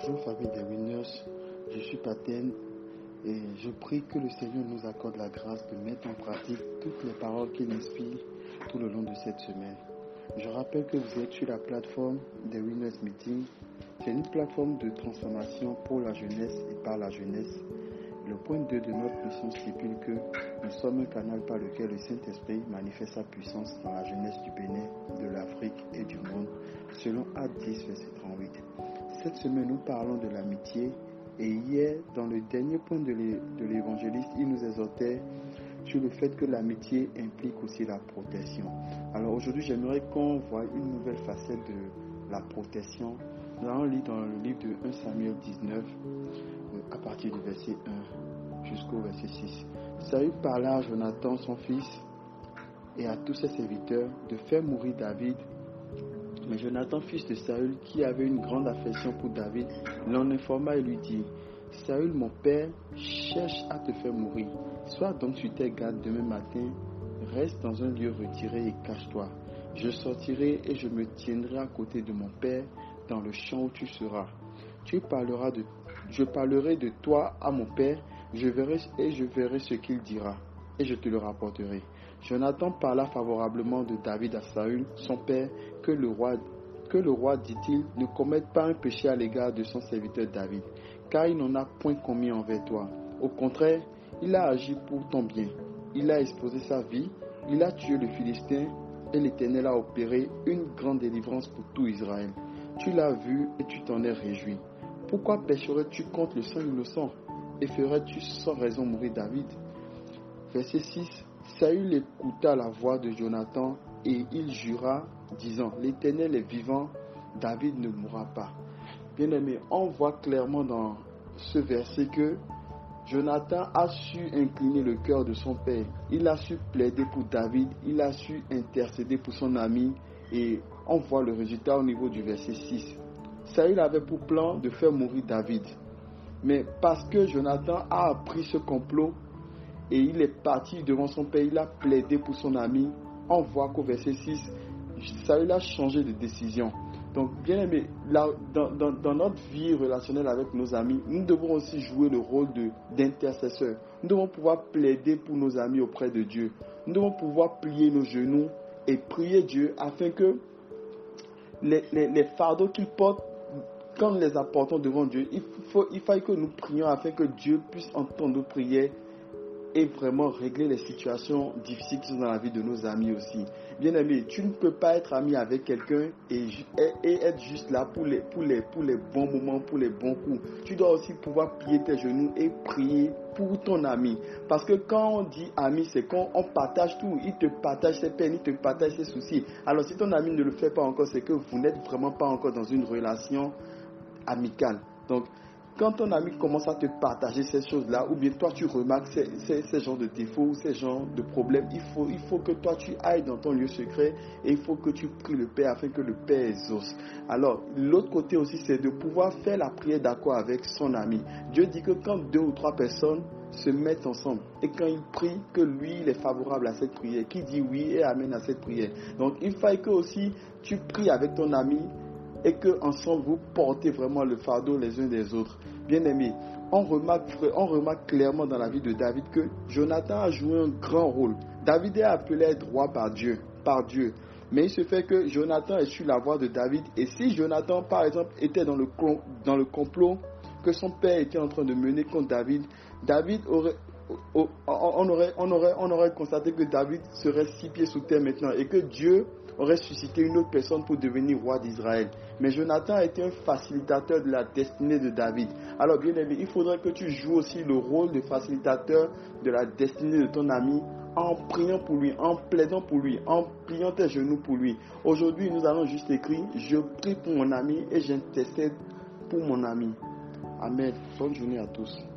Bonjour famille des Winners, je suis Paten et je prie que le Seigneur nous accorde la grâce de mettre en pratique toutes les paroles qu'il inspire tout le long de cette semaine. Je rappelle que vous êtes sur la plateforme des Winners Meeting. C'est une plateforme de transformation pour la jeunesse et par la jeunesse. Le point 2 de notre leçon stipule que nous sommes un canal par lequel le Saint-Esprit manifeste sa puissance dans la jeunesse du Bénin, de l'Afrique et du monde, selon Actes 10, verset 38. Cette semaine, nous parlons de l'amitié et hier, dans le dernier point de l'évangéliste, il nous exhortait sur le fait que l'amitié implique aussi la protection. Alors aujourd'hui, j'aimerais qu'on voit une nouvelle facette de la protection. Nous allons lire dans le livre de 1 Samuel 19, à partir du verset 1 jusqu'au verset 6. Saül parla à Jonathan, son fils, et à tous ses serviteurs de faire mourir David. Mais Jonathan, fils de Saül, qui avait une grande affection pour David, l'en informa et lui dit: Saül, mon père, cherche à te faire mourir. Sois donc sur tes gardes demain matin, reste dans un lieu retiré et cache-toi. Je sortirai et je me tiendrai à côté de mon père dans le champ où tu seras. Je parlerai de toi à mon père, je verrai ce qu'il dira, et je te le rapporterai. Jonathan parla favorablement de David à Saül, son père, que le roi, dit-il, ne commette pas un péché à l'égard de son serviteur David, car il n'en a point commis envers toi. Au contraire, il a agi pour ton bien. Il a exposé sa vie, il a tué le Philistin, et l'Éternel a opéré une grande délivrance pour tout Israël. Tu l'as vu et tu t'en es réjoui. Pourquoi pécherais-tu contre le sang innocent et ferais-tu sans raison mourir David? Verset 6. Saül écouta la voix de Jonathan et il jura, disant: L'Éternel est vivant, David ne mourra pas. Bien-aimé, on voit clairement dans ce verset que Jonathan a su incliner le cœur de son père. Il a su plaider pour David, il a su intercéder pour son ami et on voit le résultat au niveau du verset 6. Saül avait pour plan de faire mourir David. Mais parce que Jonathan a appris ce complot et il est parti devant son père, il a plaidé pour son ami, on voit qu'au verset 6, Saül a changé de décision. Donc, bien aimé, dans notre vie relationnelle avec nos amis, nous devons aussi jouer le rôle d'intercesseur. Nous devons pouvoir plaider pour nos amis auprès de Dieu. Nous devons pouvoir plier nos genoux et prier Dieu afin que les fardeaux qu'ils portent, quand nous les apportons devant Dieu, il faut que nous prions afin que Dieu puisse entendre nos prières et vraiment régler les situations difficiles qui sont dans la vie de nos amis aussi. Bien aimé, tu ne peux pas être ami avec quelqu'un et être juste là pour les bons moments, pour les bons coups. Tu dois aussi pouvoir plier tes genoux et prier pour ton ami. Parce que quand on dit ami, c'est quand on partage tout. Il te partage ses peines, il te partage ses soucis. Alors si ton ami ne le fait pas encore, c'est que vous n'êtes vraiment pas encore dans une relation amicale. Donc, quand ton ami commence à te partager ces choses-là, ou bien toi tu remarques ces genres de défauts, ces genres de problèmes, il faut que toi tu ailles dans ton lieu secret et il faut que tu pries le Père afin que le Père exauce. Alors, l'autre côté aussi, c'est de pouvoir faire la prière d'accord avec son ami. Dieu dit que quand 2 ou 3 personnes se mettent ensemble et quand ils prient, que lui, il est favorable à cette prière, qui dit oui et amen à cette prière. Donc, il faut que aussi tu pries avec ton ami et que ensemble vous portez vraiment le fardeau les uns des autres. Bien aimé, on remarque clairement dans la vie de David que Jonathan a joué un grand rôle. David est appelé à être roi par Dieu. Mais il se fait que Jonathan ait su la voix de David. Et si Jonathan, par exemple, était dans le complot que son père était en train de mener contre David, on aurait constaté que David serait 6 pieds sous terre maintenant et que Dieu aurait suscité une autre personne pour devenir roi d'Israël. Mais Jonathan a été un facilitateur de la destinée de David. Alors bien aimé, il faudrait que tu joues aussi le rôle de facilitateur de la destinée de ton ami en priant pour lui, en plaidant pour lui, en pliant tes genoux pour lui. Aujourd'hui, nous allons juste écrire: je prie pour mon ami et j'intercède pour mon ami. Amen. Bonne journée à tous.